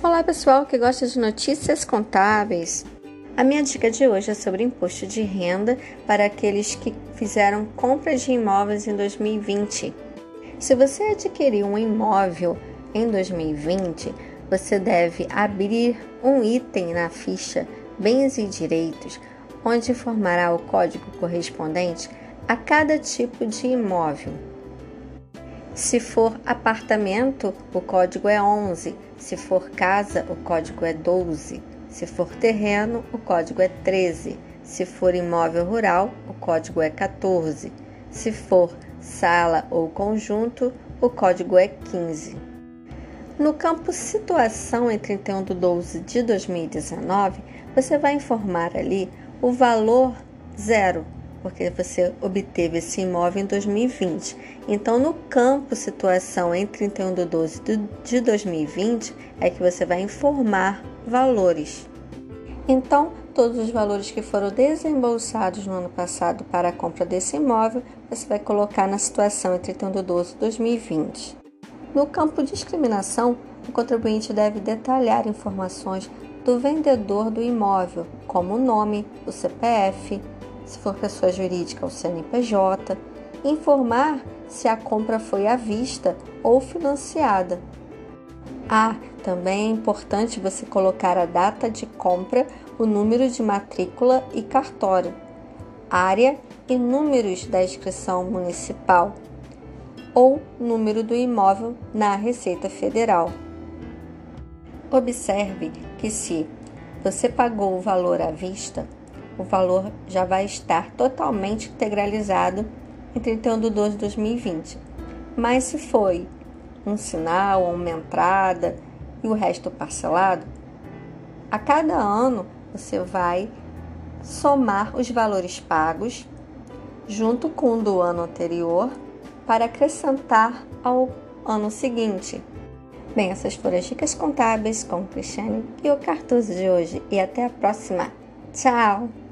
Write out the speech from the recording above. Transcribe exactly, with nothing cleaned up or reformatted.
Olá pessoal que gosta de notícias contábeis. A minha dica de hoje é sobre imposto de renda para aqueles que fizeram compras de imóveis em dois mil e vinte. Se você adquiriu um imóvel em dois mil e vinte, você deve abrir um item na ficha Bens e Direitos, onde informará o código correspondente a cada tipo de imóvel. Se for apartamento, o código é onze. Se for casa, o código é doze. Se for terreno, o código é treze. Se for imóvel rural, o código é quatorze. Se for sala ou conjunto, o código é quinze. No campo Situação, em trinta e um de doze de dois mil e dezenove, você vai informar ali o valor zero, porque você obteve esse imóvel em dois mil e vinte. Então, no campo Situação em trinta e um de doze de dois mil e vinte, é que você vai informar valores. Então, todos os valores que foram desembolsados no ano passado para a compra desse imóvel, você vai colocar na situação em trinta e um de doze de dois mil e vinte. No campo Discriminação, o contribuinte deve detalhar informações do vendedor do imóvel, como o nome, o C P F, se for pessoa jurídica, o C N P J, informar se a compra foi à vista ou financiada. Ah, também é importante você colocar a data de compra, o número de matrícula e cartório, área e números da inscrição municipal ou número do imóvel na Receita Federal. Observe que se você pagou o valor à vista, o valor já vai estar totalmente integralizado em trinta e um de doze de dois mil e vinte. Mas se foi um sinal ou uma entrada e o resto parcelado, a cada ano você vai somar os valores pagos junto com o do ano anterior para acrescentar ao ano seguinte. Bem, essas foram as dicas contábeis com Cristiane e o Cartuso de hoje. E até a próxima. Tchau!